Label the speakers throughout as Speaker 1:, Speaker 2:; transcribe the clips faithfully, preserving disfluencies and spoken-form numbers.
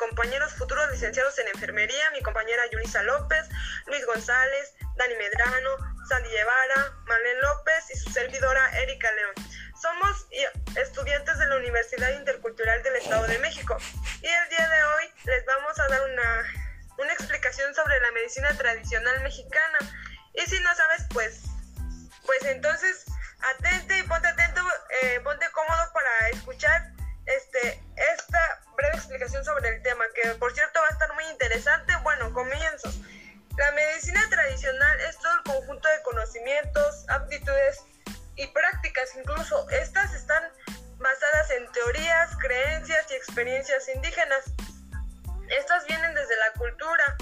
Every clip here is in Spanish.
Speaker 1: compañeros futuros licenciados en enfermería, mi compañera Yulisa López, Luis González, Dani Medrano, Sandy Guevara, Marlene López y su servidora Erika León. Somos estudiantes de la Universidad Intercultural del Estado de México y el día de hoy les vamos a dar una, una explicación sobre la medicina tradicional mexicana. Y si no sabes, pues, pues entonces atente y ponte atento, eh, ponte cómodo para escuchar este, esta breve explicación sobre el tema, que por cierto va a estar muy interesante. Bueno, comienzo. La medicina tradicional es todo el conjunto de conocimientos, aptitudes y prácticas, incluso estas están basadas en teorías, creencias y experiencias indígenas. Estas vienen desde la cultura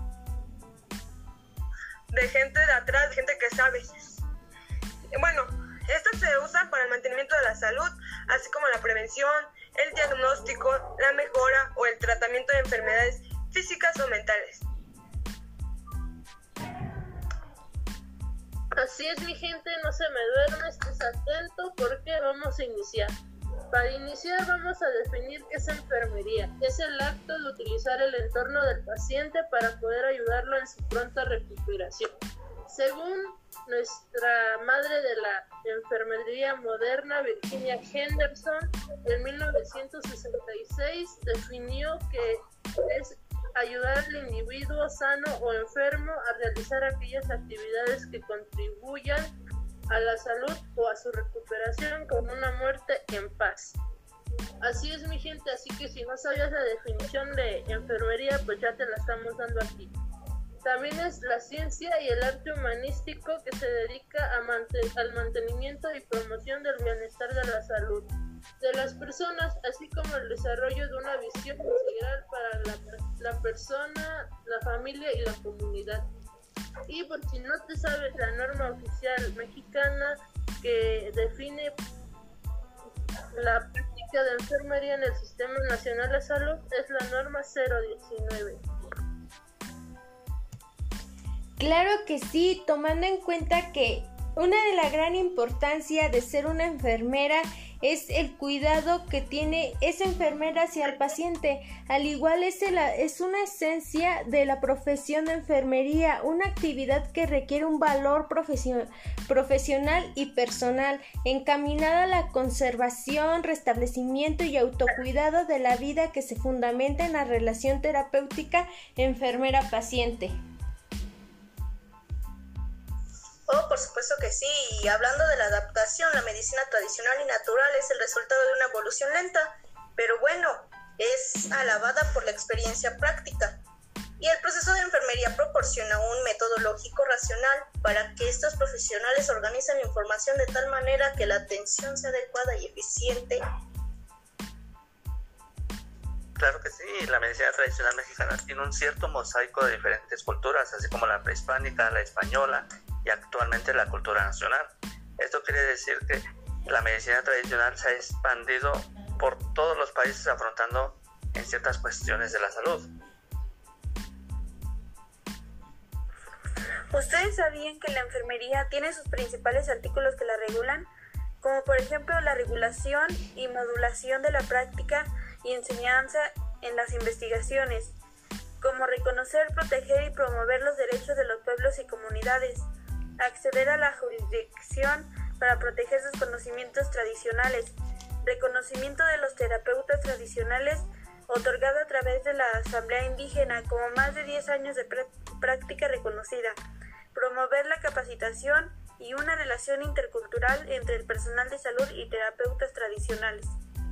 Speaker 1: de gente de atrás, gente que sabe. Bueno, estas se usan para el mantenimiento de la salud, así como la prevención, el diagnóstico, la mejora o el tratamiento de enfermedades físicas o mentales.
Speaker 2: Así es, mi gente, no se me duerme, estés atento porque vamos a iniciar. Para iniciar vamos a definir qué es enfermería. Es el acto de utilizar el entorno del paciente para poder ayudarlo en su pronta recuperación. Según nuestra madre de la enfermería moderna, Virginia Henderson, en mil novecientos sesenta y seis definió que es ayudar al individuo sano o enfermo a realizar aquellas actividades que contribuyan a la salud o a su recuperación con una muerte en paz. Así es, mi gente, así que si no sabías la definición de enfermería, pues ya te la estamos dando aquí. También es la ciencia y el arte humanístico que se dedica a manten- al mantenimiento y promoción del bienestar de la salud de las personas, así como el desarrollo de una visión integral para la, la persona, la familia y la comunidad. Y por si no te sabes la norma oficial mexicana que define la práctica de enfermería en el Sistema Nacional de Salud, es la norma cero diecinueve.
Speaker 3: Claro que sí, tomando en cuenta que una de la gran importancia de ser una enfermera es el cuidado que tiene esa enfermera hacia el paciente. Al igual es, el, es una esencia de la profesión de enfermería, una actividad que requiere un valor profesion, profesional y personal, encaminada a la conservación, restablecimiento y autocuidado de la vida, que se fundamenta en la relación terapéutica enfermera-paciente.
Speaker 4: Oh, por supuesto que sí, y hablando de la adaptación, la medicina tradicional y natural es el resultado de una evolución lenta, pero bueno, es alabada por la experiencia práctica. Y el proceso de enfermería proporciona un método lógico racional para que estos profesionales organicen la información de tal manera que la atención sea adecuada y eficiente.
Speaker 5: Claro que sí, la medicina tradicional mexicana tiene un cierto mosaico de diferentes culturas, así como la prehispánica, la española y actualmente la cultura nacional. Esto quiere decir que la medicina tradicional se ha expandido por todos los países, afrontando en ciertas cuestiones de la salud.
Speaker 6: ¿Ustedes sabían que la enfermería tiene sus principales artículos que la regulan? Como por ejemplo la regulación y modulación de la práctica y enseñanza en las investigaciones, como reconocer, proteger y promover los derechos de los pueblos y comunidades, acceder a la jurisdicción para proteger sus conocimientos tradicionales, reconocimiento de los terapeutas tradicionales otorgado a través de la Asamblea Indígena como más de diez años de pr- práctica reconocida, promover la capacitación y una relación intercultural entre el personal de salud y terapeutas tradicionales.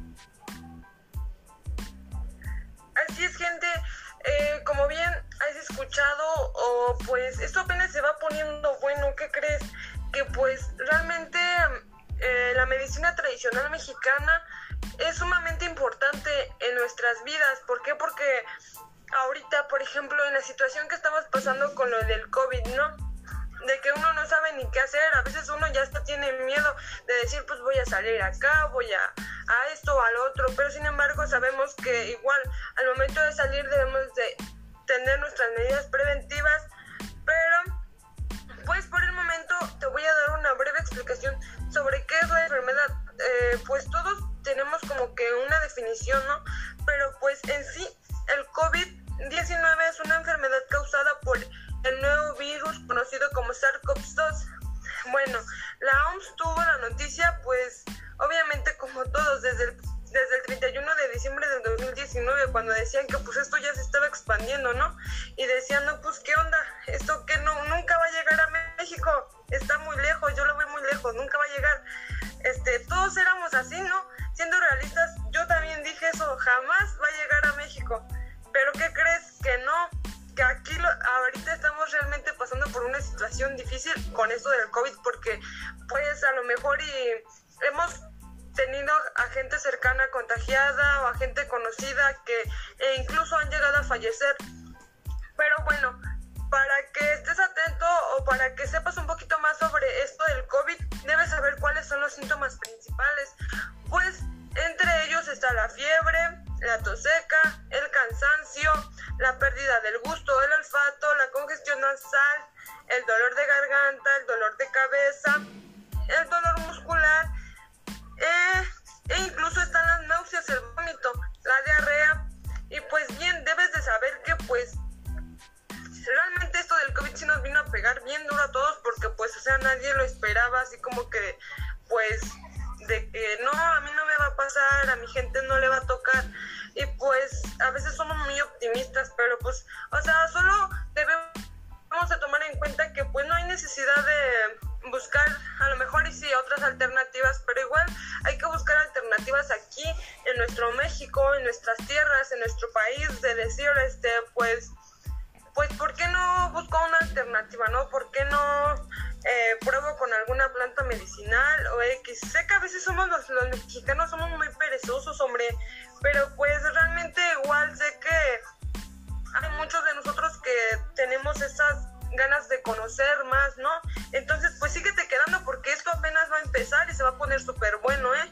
Speaker 1: Así es, gente, eh, como bien has escuchado, o pues esto apenas se va poniendo bueno. ¿Qué crees? Que pues realmente eh, la medicina tradicional mexicana es sumamente importante en nuestras vidas. ¿Por qué? Porque ahorita, por ejemplo, en la situación que estamos pasando con lo del COVID, ¿no? De que uno no sabe ni qué hacer, a veces uno ya hasta tiene miedo de decir, pues voy a salir acá, voy a, a esto o al otro, pero sin embargo sabemos que igual al momento de salir debemos de tener nuestras medidas preventivas, pero pues por el momento te voy a dar una breve explicación sobre qué es la enfermedad. Eh, pues todos tenemos como que una definición, ¿no? Pero pues en sí el COVID diecinueve es una enfermedad causada por el nuevo virus conocido como SARS-CoV dos. Bueno, la O M S tuvo la noticia, pues, obviamente como todos, desde el, desde el treinta y uno de diciembre del dos mil diecinueve, cuando decían que pues esto ya se estaba expandiendo, ¿no? Y decían, no, pues, ¿qué onda? Esto que no, nunca va a llegar a México, está muy lejos, yo lo veo muy lejos, nunca va a llegar. Este, todos éramos así, ¿no? Siendo realistas, yo también dije eso, jamás va a llegar a México. Pero ¿qué crees? Que no, que aquí lo, ahorita estamos realmente pasando por una situación difícil con esto del COVID, porque pues a lo mejor y hemos tenido a gente cercana contagiada o a gente conocida que e incluso han llegado a fallecer. Pero bueno, para que estés atento o para que sepas un poquito más sobre esto del COVID, debes saber cuáles son los síntomas principales. Pues entre ellos está la fiebre, la tos seca, el cansancio, la pérdida del gusto, el olfato, la congestión nasal, el dolor de garganta, el dolor de cabeza, el dolor muscular, eh, e incluso están las náuseas, el vómito, la diarrea. Y pues bien, debes de saber que pues realmente esto del COVID sí nos vino a pegar bien duro a todos, porque pues o sea nadie lo esperaba, así como que pues de que no, a mí no me va a pasar, a mi gente no le va a tocar. Y pues a veces somos muy optimistas, pero pues o sea solo debemos de tomar en cuenta que pues no hay necesidad de buscar a lo mejor y sí otras alternativas, pero igual hay que buscar alternativas aquí en nuestro México, en nuestras tierras, en nuestro país, de decir este pues pues ¿por qué no busco una alternativa, no? ¿Por qué no eh, pruebo con alguna planta medicinal o X? Sé que a veces somos los, los mexicanos somos muy perezosos, hombre, pero pues realmente igual sé que hay muchos de nosotros que tenemos esas ganas de conocer más, ¿no? Entonces pues síguete quedando, porque esto apenas va a empezar y se va a poner súper bueno, ¿eh?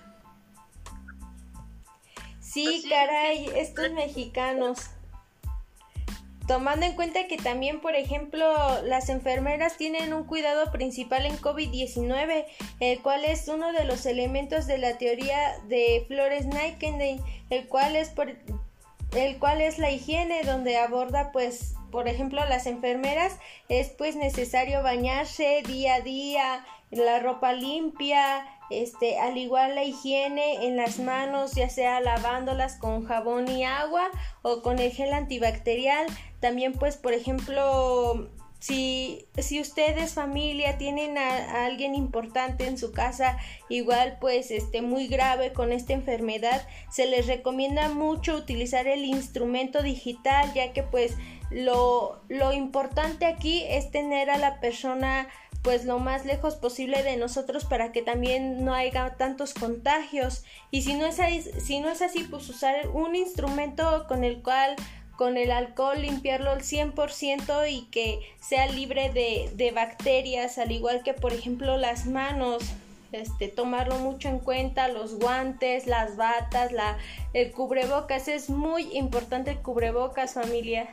Speaker 3: Sí, caray, estos mexicanos. Tomando en cuenta que también, por ejemplo, las enfermeras tienen un cuidado principal en COVID diecinueve, el cual es uno de los elementos de la teoría de Florence Nightingale, el cual es por, el cual es la higiene, donde aborda, pues, por ejemplo, las enfermeras es pues necesario bañarse día a día, la ropa limpia, este, al igual la higiene en las manos, ya sea lavándolas con jabón y agua o con el gel antibacterial. También pues por ejemplo si, si ustedes familia tienen a, a alguien importante en su casa, igual pues este muy grave con esta enfermedad, se les recomienda mucho utilizar el instrumento digital, ya que pues lo, lo importante aquí es tener a la persona pues lo más lejos posible de nosotros para que también no haya tantos contagios. Y si no es así, si no es así pues usar un instrumento con el cual con el alcohol limpiarlo al cien por ciento y que sea libre de, de bacterias, al igual que por ejemplo las manos, este, tomarlo mucho en cuenta, los guantes, las batas, la, el cubrebocas, es muy importante el cubrebocas, familia.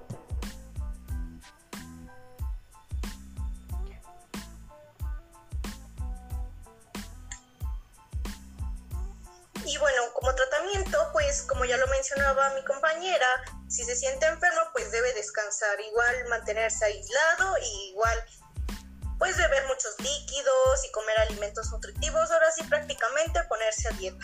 Speaker 4: Y bueno, como tratamiento, pues como ya lo mencionaba mi compañera, si se siente enfermo, pues debe descansar, igual mantenerse aislado y igual pues beber muchos líquidos y comer alimentos nutritivos, ahora sí prácticamente ponerse a dieta.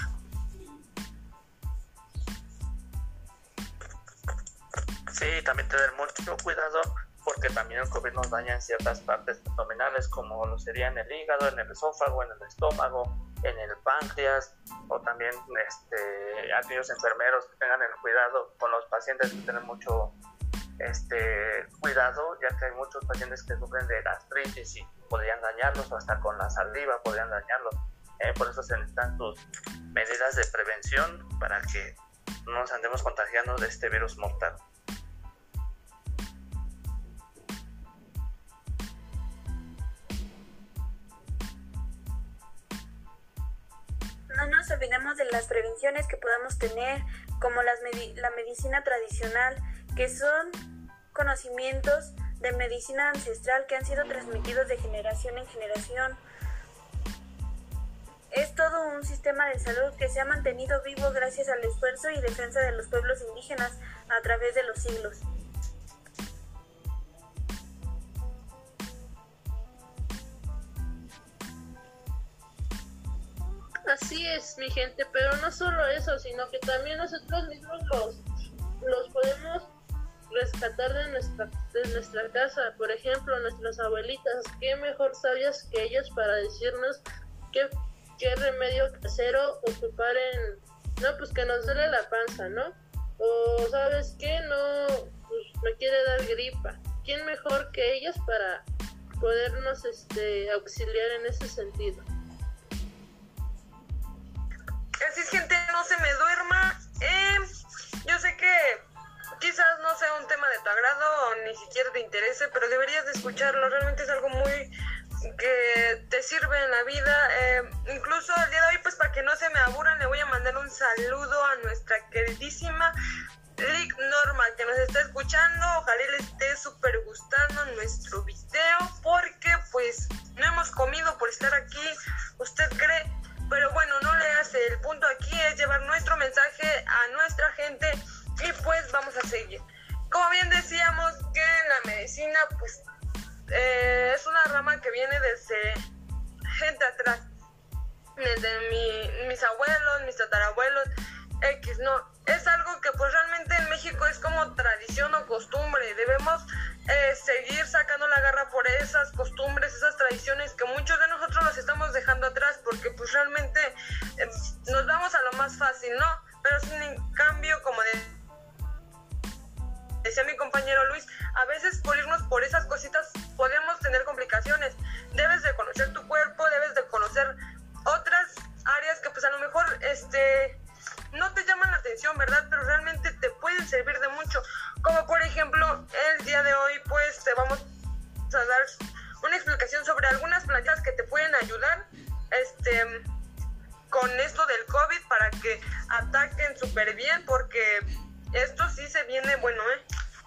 Speaker 5: Sí, también tener mucho cuidado, porque también el COVID nos daña en ciertas partes abdominales, como lo sería en el hígado, en el esófago, en el estómago, en el páncreas, o también este, aquellos enfermeros que tengan el cuidado con los pacientes, que tienen mucho este, cuidado, ya que hay muchos pacientes que sufren de gastritis y podrían dañarlos, o hasta con la saliva podrían dañarlos. Eh, por eso se necesitan sus medidas de prevención para que no nos andemos contagiando de este virus mortal.
Speaker 6: No nos olvidemos de las prevenciones que podamos tener, como las medi- la medicina tradicional, que son conocimientos de medicina ancestral que han sido transmitidos de generación en generación. es todo un sistema de salud que se ha mantenido vivo gracias al esfuerzo y defensa de los pueblos indígenas a través de los siglos.
Speaker 2: Así es, mi gente, pero no solo eso, sino que también nosotros mismos los, los podemos rescatar de nuestra, de nuestra casa. Por ejemplo, nuestras abuelitas, qué mejor sabias que ellas para decirnos qué, qué remedio casero ocupar en, no, pues que nos duele la panza, ¿no? O sabes qué, no, pues me quiere dar gripa. ¿Quién mejor que ellas para podernos este, auxiliar en ese sentido?
Speaker 1: Así es, gente, no se me duerma. Eh, yo sé que quizás no sea un tema de tu agrado o ni siquiera te interese, pero deberías de escucharlo. Realmente es algo muy que te sirve en la vida. Eh, incluso el día de hoy, pues para que no se me aburran, le voy a mandar un saludo a nuestra queridísima Lick Norma, que nos está escuchando. Ojalá le esté súper gustando nuestro video, porque pues no hemos comido por estar aquí, ¿usted cree? Pero bueno, no le hace. El punto aquí es llevar nuestro mensaje a nuestra gente y pues vamos a seguir. Como bien decíamos, que la medicina pues eh, es una rama que viene desde gente atrás, desde mi, mis abuelos, mis tatarabuelos, X, no, es algo que pues realmente en México es como tradición o costumbre. Debemos eh, seguir sacando la garra por esas costumbres, esas tradiciones que muchos de nosotros las estamos dejando atrás, porque pues realmente eh, nos vamos a lo más fácil, ¿no? Pero sin en cambio, como de, decía mi compañero Luis, a veces por irnos por esas cositas podemos tener complicaciones. Debes de conocer tu cuerpo, debes de conocer otras áreas que pues a lo mejor este no te llaman la atención, ¿verdad? Pero realmente te pueden servir de mucho. Como por ejemplo, el día de hoy pues te vamos a dar una explicación sobre algunas plantas que te pueden ayudar este con esto del COVID para que ataquen súper bien, porque esto sí se viene bueno, ¿eh?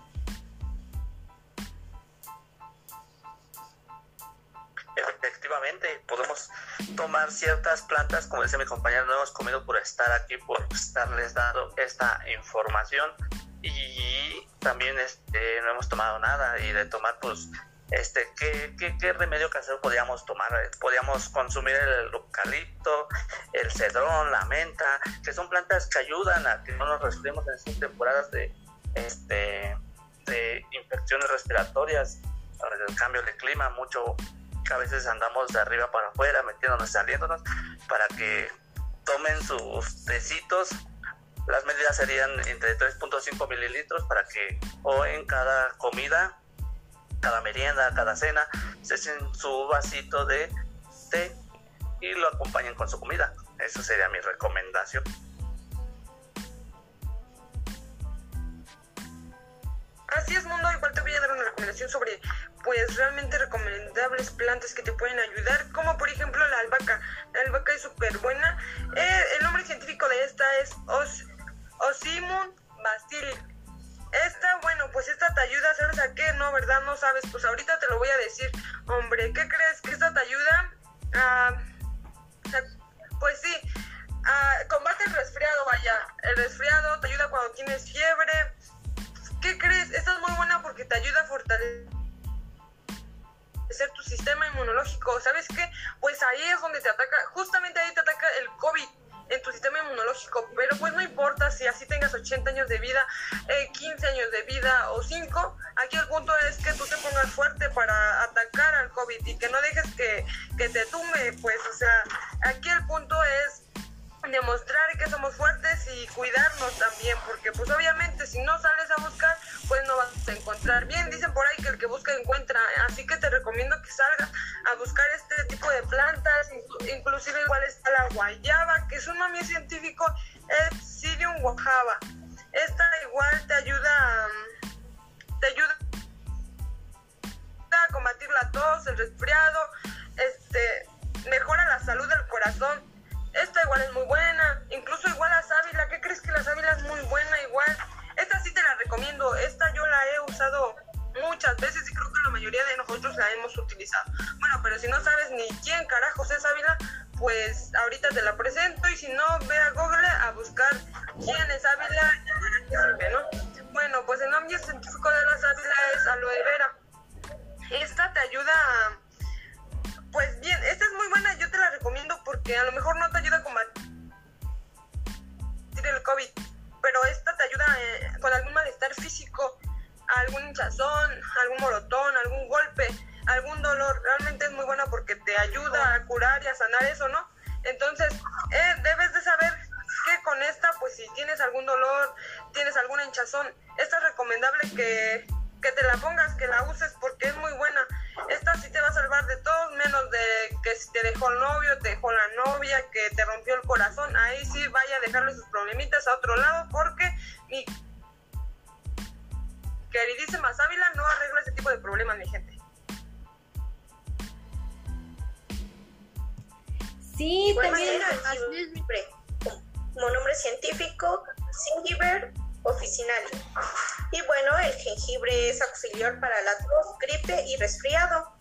Speaker 5: Efectivamente, podemos tomar ciertas plantas, como decía mi compañero, no hemos comido por estar aquí, por estarles dando esta información, y también este, no hemos tomado nada, y de tomar, pues, este, ¿qué, qué, qué remedio casero podíamos tomar? Podíamos consumir el eucalipto, el cedrón, la menta, que son plantas que ayudan a que no nos resfriemos en estas temporadas de, este, de infecciones respiratorias, el cambio de clima, mucho que a veces andamos de arriba para afuera, metiéndonos y saliéndonos, para que tomen sus tecitos. Las medidas serían entre tres punto cinco mililitros para que o en cada comida, cada merienda, cada cena, se echen su vasito de té y lo acompañen con su comida. Esa sería mi recomendación.
Speaker 1: Así es, mundo. Igual te voy a dar una recomendación sobre pues realmente recomendables plantas que te pueden ayudar, como por ejemplo la albahaca. La albahaca es súper buena. Eh, el nombre científico de esta es Os, Ocimum basilic. Esta, bueno, pues esta te ayuda, ¿sabes a qué? No, ¿verdad? No sabes, pues ahorita te lo voy a decir. Hombre, ¿qué crees? Que esta te ayuda a... pues sí, a combate el resfriado, vaya. El resfriado te ayuda cuando tienes fiebre. ¿Qué crees? Esta es muy buena porque te ayuda a fortalecer tu sistema inmunológico. ¿Sabes qué? Pues ahí es donde te ataca, justamente ahí te ataca el COVID en tu sistema inmunológico. Pero pues no importa si así tengas ochenta años de vida, eh, quince años de vida o cinco. Aquí el punto es que tú te pongas fuerte para atacar al COVID y que no dejes que, que te tumbe. Pues, o sea, aquí el punto es demostrar que somos fuertes y cuidarnos también, porque pues obviamente si no sales a buscar, pues no vas a encontrar. Bien dicen por ahí que el que busca encuentra, así que te recomiendo que salgas a buscar este tipo de plantas. Inclusive igual está la guayaba, que su nombre científico es Psyllium guajava. Esta igual te ayuda te ayuda a combatir la tos, el resfriado, este mejora la salud del corazón. Esta igual es muy buena, incluso igual la sábila. ¿Qué crees? Que la sábila es muy buena igual. Esta sí te la recomiendo, esta yo la he usado muchas veces y creo que la mayoría de nosotros la hemos utilizado. Bueno, pero si no sabes ni quién carajos es sábila, pues ahorita te la presento, y si no, ve a Google a buscar quién es sábila y para qué sirve, ¿no? Bueno, pues el nombre científico de la sábila es aloe vera. Esta te ayuda a, pues bien, esta es muy buena, yo te la recomiendo porque a lo mejor no te ayuda a combatir el COVID, pero esta te ayuda eh, con algún malestar físico, algún hinchazón, algún morotón, algún golpe, algún dolor. Realmente es muy buena porque te ayuda a curar y a sanar eso, ¿no? Entonces, eh, debes de saber que con esta, pues si tienes algún dolor, tienes alguna hinchazón, esta es recomendable que, que te la pongas, que la uses porque es muy buena. Esta sí te va a salvar de todo, menos de que si te dejó el novio, te dejó la novia, que te rompió el corazón. Ahí sí vaya a dejarle sus problemitas a otro lado, porque mi queridísima sábila no arregla ese tipo de problemas, mi gente.
Speaker 3: Sí,
Speaker 4: Bueno,
Speaker 3: también.
Speaker 4: jengibre, como nombre científico, Zingiber officinale. Y bueno, el jengibre es auxiliar para la tos, gripe y resfriado.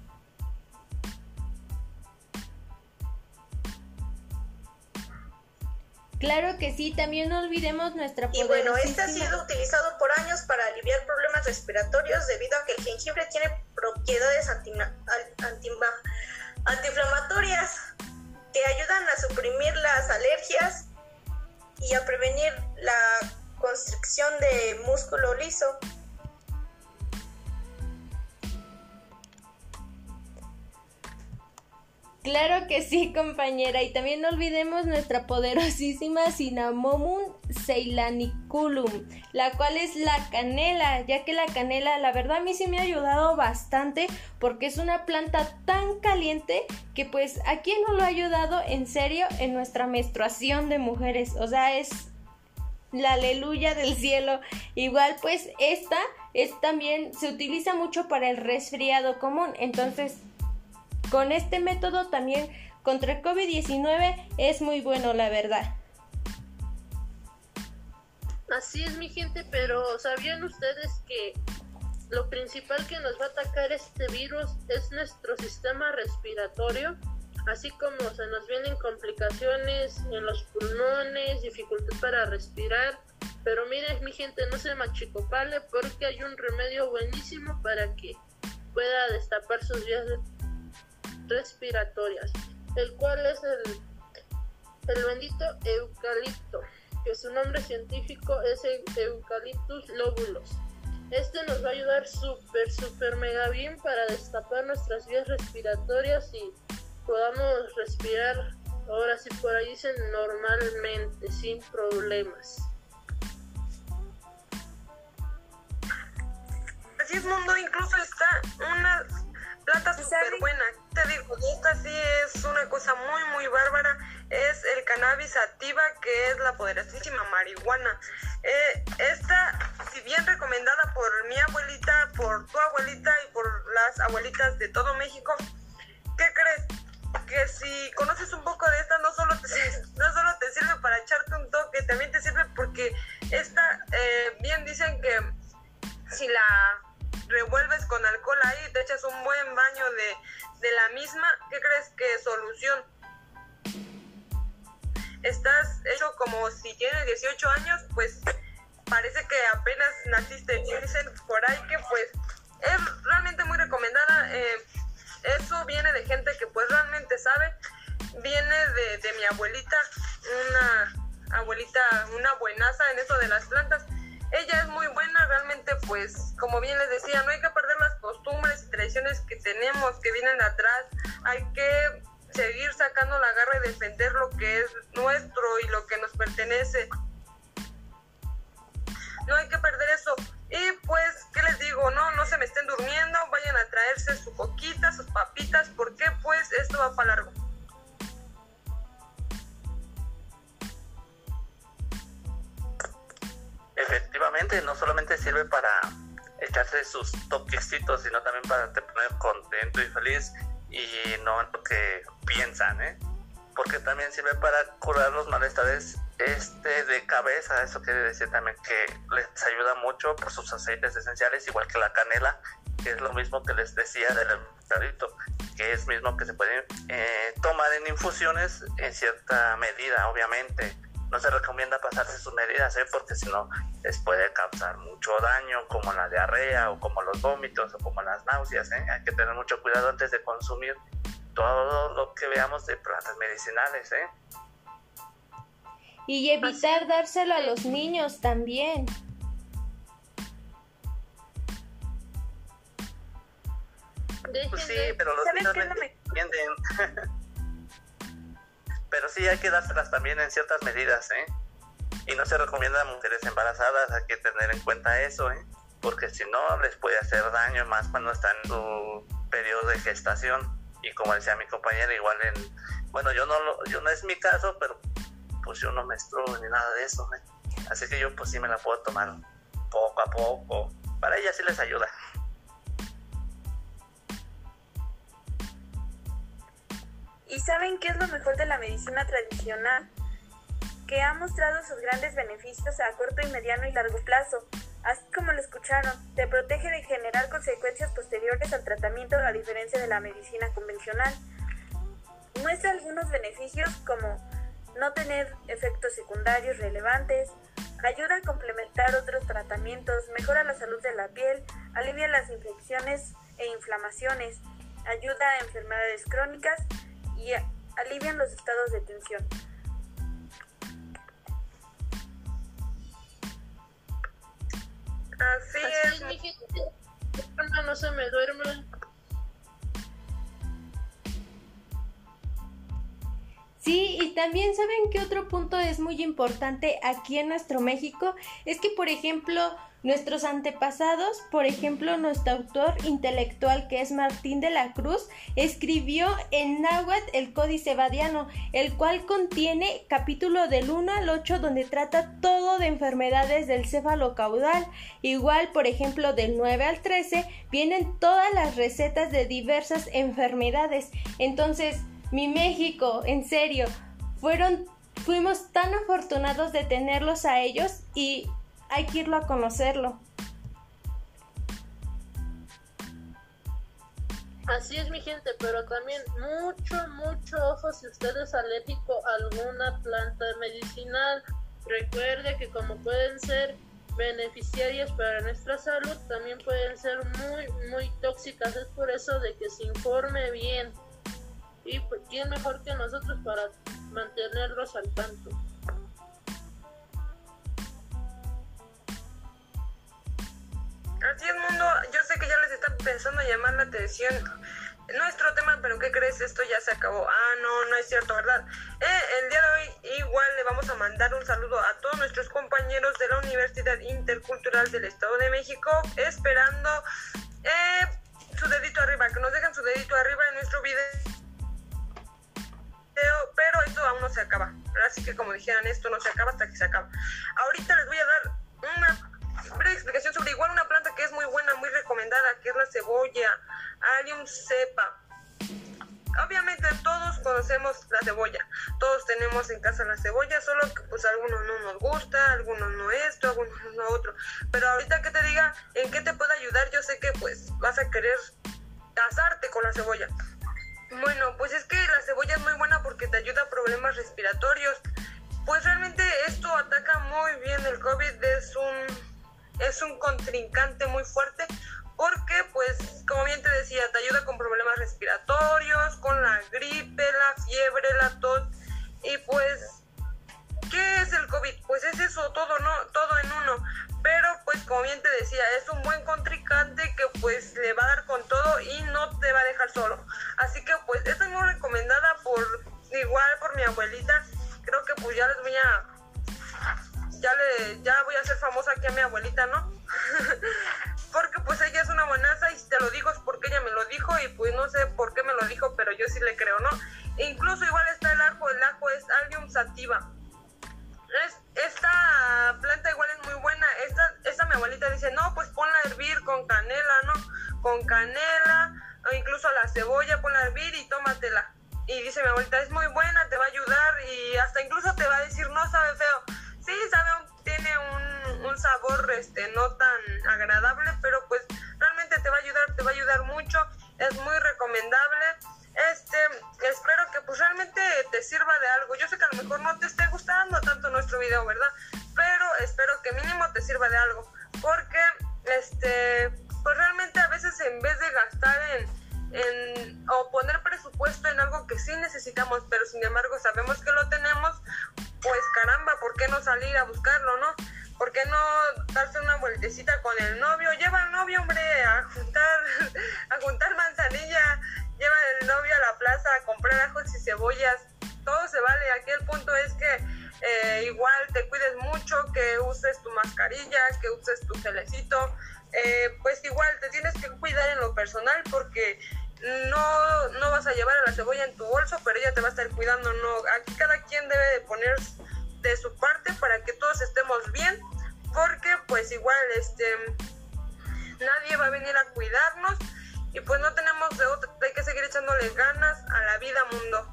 Speaker 3: Claro que sí, también no olvidemos nuestra
Speaker 4: Y bueno, este ha
Speaker 3: poderosísima...
Speaker 4: sido utilizado por años para aliviar problemas respiratorios debido a que el jengibre tiene propiedades anti- anti- antiinflamatorias que ayudan a suprimir las alergias y a prevenir la constricción de músculo liso.
Speaker 3: Claro que sí, compañera, y también no olvidemos nuestra poderosísima Cinnamomum ceylaniculum, la cual es la canela, ya que la canela, la verdad a mí sí me ha ayudado bastante, porque es una planta tan caliente que pues ¿a quién no lo ha ayudado en serio en nuestra menstruación de mujeres? O sea, es la aleluya del cielo. Igual pues esta es también, se utiliza mucho para el resfriado común, entonces con este método también contra el COVID diecinueve es muy bueno, la verdad.
Speaker 2: Así es, mi gente, pero ¿sabían ustedes que lo principal que nos va a atacar este virus es nuestro sistema respiratorio? Así como se nos vienen complicaciones en los pulmones, dificultad para respirar. Pero miren, mi gente, no se machicopale porque hay un remedio buenísimo para que pueda destapar sus vías respiratorias, el cual es el, el bendito eucalipto, que su nombre científico es el Eucalyptus globulus. Este nos va a ayudar súper, súper mega bien para destapar nuestras vías respiratorias y podamos respirar, ahora sí por ahí dicen, normalmente, sin problemas.
Speaker 1: Así es, mundo, incluso está una planta súper buena. Te digo, esta sí es una cosa muy, muy bárbara. Es el cannabis sativa, que es la poderosísima marihuana. Eh, esta, si bien recomendada por mi abuelita, por tu abuelita y por las abuelitas de todo México, ¿qué crees? Que si conoces un poco de esta, no solo te, no solo te sirve para echarte un toque, también te sirve porque esta, eh, bien dicen que si la revuelves con alcohol ahí y te echas un buen baño de, de la misma, ¿qué crees que solución? Estás hecho como si tienes dieciocho años, pues parece que apenas naciste. Dicen por ahí que pues es realmente muy recomendada. Eh, eso viene de gente que pues realmente sabe. Viene de, de mi abuelita, una abuelita, una buenaza en eso de las plantas. Ella es muy buena, realmente pues como bien les decía, no hay que perder las costumbres y tradiciones que tenemos, que vienen atrás. Hay que seguir sacando la garra y defender lo que es nuestro y lo que nos pertenece. No hay que perder eso. Y pues, ¿qué les digo? No, no se me estén durmiendo, vayan a traerse su coquita, sus papitas, porque pues esto va para largo.
Speaker 5: Efectivamente, no solamente sirve para echarse sus toquecitos, sino también para te poner contento y feliz y no en lo que piensan, ¿eh? Porque también sirve para curar los malestares este de cabeza. Eso quiere decir también que les ayuda mucho por sus aceites esenciales, igual que la canela, que es lo mismo que les decía del eucalipto, que es mismo que se puede eh, tomar en infusiones en cierta medida. Obviamente no se recomienda pasarse sus medidas, ¿eh? Porque si no les puede causar mucho daño, como la diarrea o como los vómitos o como las náuseas, ¿eh? Hay que tener mucho cuidado antes de consumir todo lo que veamos de plantas medicinales, ¿eh?
Speaker 3: Y evitar dárselo a los niños también.
Speaker 5: Pues sí, pero los niños no entienden. Pero sí hay que dárselas también en ciertas medidas, ¿eh? Y no se recomienda a mujeres embarazadas, hay que tener en cuenta eso, ¿eh? Porque si no les puede hacer daño, más cuando están en su periodo de gestación. Y como decía mi compañera, igual en... Bueno, yo no, lo, yo no es mi caso, pero pues yo no menstruo ni nada de eso, ¿eh? Así que yo pues sí me la puedo tomar poco a poco. Para ella sí les ayuda.
Speaker 6: ¿Y saben qué es lo mejor de la medicina tradicional? Que ha mostrado sus grandes beneficios a corto y mediano y largo plazo. Así como lo escucharon, te protege de generar consecuencias posteriores al tratamiento, a diferencia de la medicina convencional. Muestra algunos beneficios como no tener efectos secundarios relevantes, ayuda a complementar otros tratamientos, mejora la salud de la piel, alivia las infecciones e inflamaciones, ayuda a enfermedades crónicas y alivian los estados de tensión.
Speaker 1: Así, Así es.
Speaker 2: Mi gente, no se me duerme.
Speaker 3: Sí, y también saben que otro punto es muy importante aquí en nuestro México, es que por ejemplo nuestros antepasados, por ejemplo nuestro autor intelectual que es Martín de la Cruz, escribió en náhuatl el Códice Badiano, el cual contiene capítulo del uno al ocho donde trata todo de enfermedades del céfalo caudal. Igual, por ejemplo, del nueve al trece vienen todas las recetas de diversas enfermedades. Entonces, mi México, en serio, fueron, fuimos tan afortunados de tenerlos a ellos y hay que irlo a conocerlo.
Speaker 2: Así es, mi gente, pero también mucho, mucho ojo si usted es alérgico a alguna planta medicinal. Recuerde que como pueden ser beneficiarias para nuestra salud, también pueden ser muy, muy tóxicas. Es por eso de que se informe bien. Y pues, ¿quién mejor que nosotros para mantenerlos al tanto?
Speaker 1: Así es, mundo. Yo sé que ya les está empezando a llamar la atención nuestro tema, pero ¿qué crees? Esto ya se acabó. Ah, no, no es cierto, ¿verdad? Eh, el día de hoy igual le vamos a mandar un saludo a todos nuestros compañeros de la Universidad Intercultural del Estado de México, esperando eh, su dedito arriba, que nos dejen su dedito arriba en nuestro video. Pero esto aún no se acaba. Así que como dijeran, esto no se acaba hasta que se acaba. Ahorita les voy a dar una breve explicación sobre igual una planta que es muy buena, muy recomendada, que es la cebolla, Allium cepa. Obviamente todos conocemos la cebolla, todos tenemos en casa la cebolla, solo que pues a algunos no nos gusta, a algunos no esto, a algunos no otro. Pero ahorita que te diga en qué te puede ayudar, yo sé que pues vas a querer casarte con la cebolla. Bueno, pues es que la cebolla es muy buena porque te ayuda a problemas respiratorios. Pues realmente esto ataca muy bien el COVID, es un, es un contrincante muy fuerte porque, pues, como bien te decía, te ayuda con problemas respiratorios, con la gripe, la fiebre, la tos. Y pues, ¿qué es el COVID? Pues es eso, todo, ¿no? Todo en uno. Pero, pues, como bien te decía, es un buen contrincante que, pues, le va a dar con todo y no te va a dejar solo. Así que, pues, esta es muy recomendada por, igual, por mi abuelita. Creo que, pues, ya les voy a... Ya, le, ya voy a hacer famosa aquí a mi abuelita, ¿no? Porque, pues, ella es una buenaza y si te lo digo es porque ella me lo dijo y, pues, no sé por qué me lo dijo, pero yo sí le creo, ¿no? E incluso igual está el ajo, el ajo es Allium sativa. Es, esta planta igual es muy buena. Esta, esta mi abuelita dice, no, pues ponla a hervir con canela, ¿no? Con canela, o incluso la cebolla, ponla a hervir y tómatela. Y dice mi abuelita, es muy buena, te va a ayudar y hasta incluso te va a decir, no sabe feo. Sí, sabe, tiene un, un sabor este, no tan agradable, pero pues realmente te va a ayudar, te va a ayudar mucho. es muy recomendable. Este, espero que pues realmente te sirva de algo. Yo sé que a lo mejor no te esté gustando tanto nuestro video, ¿verdad? Pero espero que mínimo te sirva de algo, porque este, pues realmente a veces en vez de gastar en, en o poner presupuesto en algo que sí necesitamos, pero sin embargo sabemos que lo tenemos, pues caramba, ¿por qué no salir a buscarlo, no? ¿Por qué no darse una vueltecita con el novio? Lleva al novio, hombre, a juntar, a juntar manzanilla. Lleva el novio a la plaza a comprar ajos y cebollas. Todo se vale. Aquí el punto es que eh, igual te cuides mucho, que uses tu mascarilla, que uses tu gelecito. Eh, pues igual te tienes que cuidar en lo personal, porque no, no vas a llevar a la cebolla en tu bolso, pero ella te va a estar cuidando. No, aquí cada quien debe de poner de su parte para que todos estemos bien, porque pues igual este nadie va a venir a cuidarnos y pues no tenemos de otra, hay que seguir echándole ganas a la vida, mundo.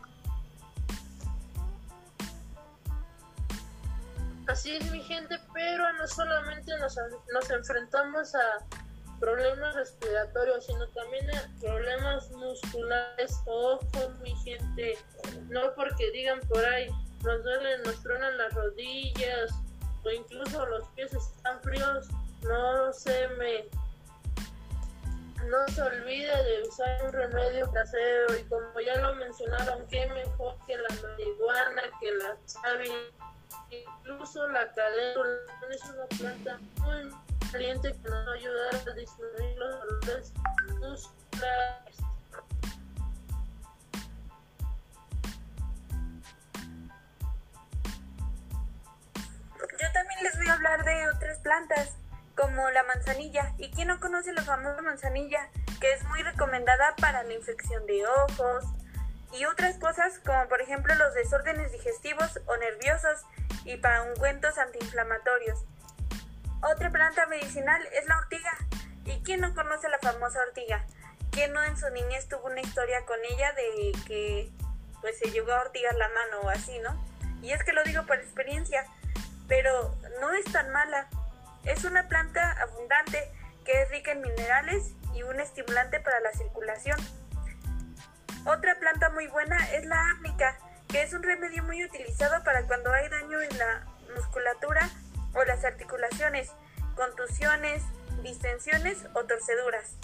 Speaker 2: Así es, mi gente, pero no solamente nos, nos enfrentamos a problemas respiratorios, sino también a problemas musculares. Ojo, mi gente, no porque digan por ahí nos duelen, nos tronan las rodillas o incluso los pies están fríos, no se me no se olvide de usar un remedio casero, y como ya lo mencionaron, qué mejor que la marihuana, que la sábila, incluso la caléndula. Es una planta muy caliente que nos va a ayudar a disminuir los dolores musculares.
Speaker 6: Yo también les voy a hablar de otras plantas, como la manzanilla. ¿Y quién no conoce la famosa manzanilla? Que es muy recomendada para la infección de ojos y otras cosas, como por ejemplo los desórdenes digestivos o nerviosos, y para ungüentos antiinflamatorios. Otra planta medicinal es la ortiga. ¿Y quién no conoce la famosa ortiga? ¿Quién no en su niñez tuvo una historia con ella de que pues se llegó a ortigar la mano o así, ¿no? Y es que lo digo por experiencia, pero no es tan mala. Es una planta abundante que es rica en minerales y un estimulante para la circulación. Otra planta muy buena es la árnica, que es un remedio muy utilizado para cuando hay daño en la musculatura o las articulaciones, contusiones, distensiones o torceduras.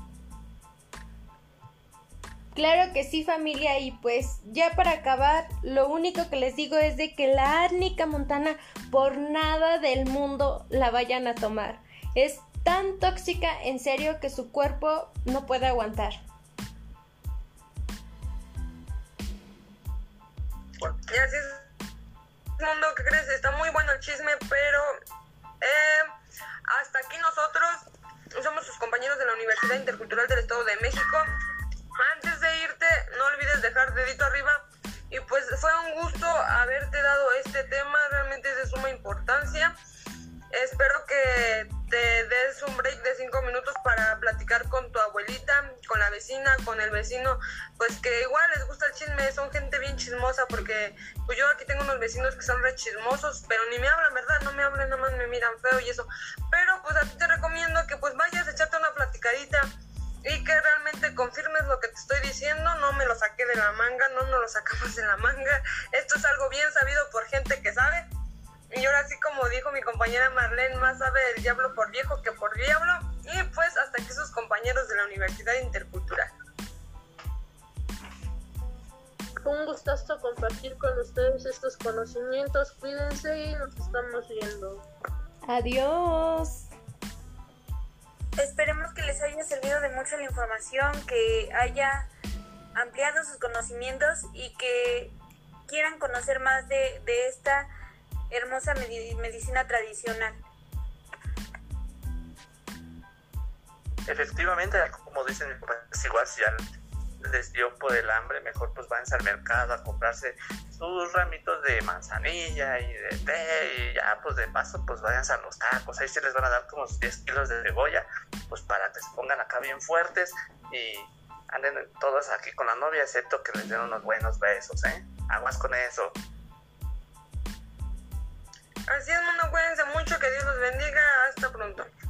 Speaker 3: Claro que sí, familia, y pues ya para acabar, lo único que les digo es de que la árnica montana por nada del mundo la vayan a tomar. Es tan tóxica, en serio, que su cuerpo no puede aguantar.
Speaker 1: Y así es, mundo, ¿qué crees? Está muy bueno el chisme, pero eh, hasta aquí nosotros somos sus compañeros de la Universidad Intercultural del Estado de México. Antes de irte, no olvides dejar dedito arriba. Y pues fue un gusto haberte dado este tema, realmente es de suma importancia. Espero que te des un break de cinco minutos para platicar con tu abuelita, con la vecina, con el vecino, pues que igual les gusta el chisme, son gente bien chismosa, porque pues yo aquí tengo unos vecinos que son re chismosos, pero ni me hablan, ¿verdad? No me hablan, nada más me miran feo y eso. Pero pues a ti te recomiendo que pues vayas a echarte una platicadita y que realmente confirmes lo que te estoy diciendo. No me lo saqué de la manga, no nos lo sacamos de la manga. Esto es algo bien sabido por gente que sabe. Y ahora sí, como dijo mi compañera Marlene, más sabe el diablo por viejo que por diablo. Y pues hasta aquí sus compañeros de la Universidad Intercultural.
Speaker 2: Un gustazo compartir con ustedes estos conocimientos. Cuídense y nos estamos viendo.
Speaker 3: Adiós.
Speaker 6: Esperemos que les haya servido de mucho la información, que haya ampliado sus conocimientos y que quieran conocer más de, de esta hermosa medicina tradicional.
Speaker 5: Efectivamente, como dicen mis compañeros, igual si ya les dio por el hambre, mejor pues váyanse al mercado a comprarse sus ramitos de manzanilla y de té, y ya pues de paso pues váyanse a los tacos. Ahí sí les van a dar como diez kilos de cebolla, pues para que se pongan acá bien fuertes y anden todos aquí con la novia, excepto que les den unos buenos besos, ¿eh? Aguas con eso.
Speaker 1: Así es, mundo, cuídense mucho, que Dios los bendiga, hasta pronto.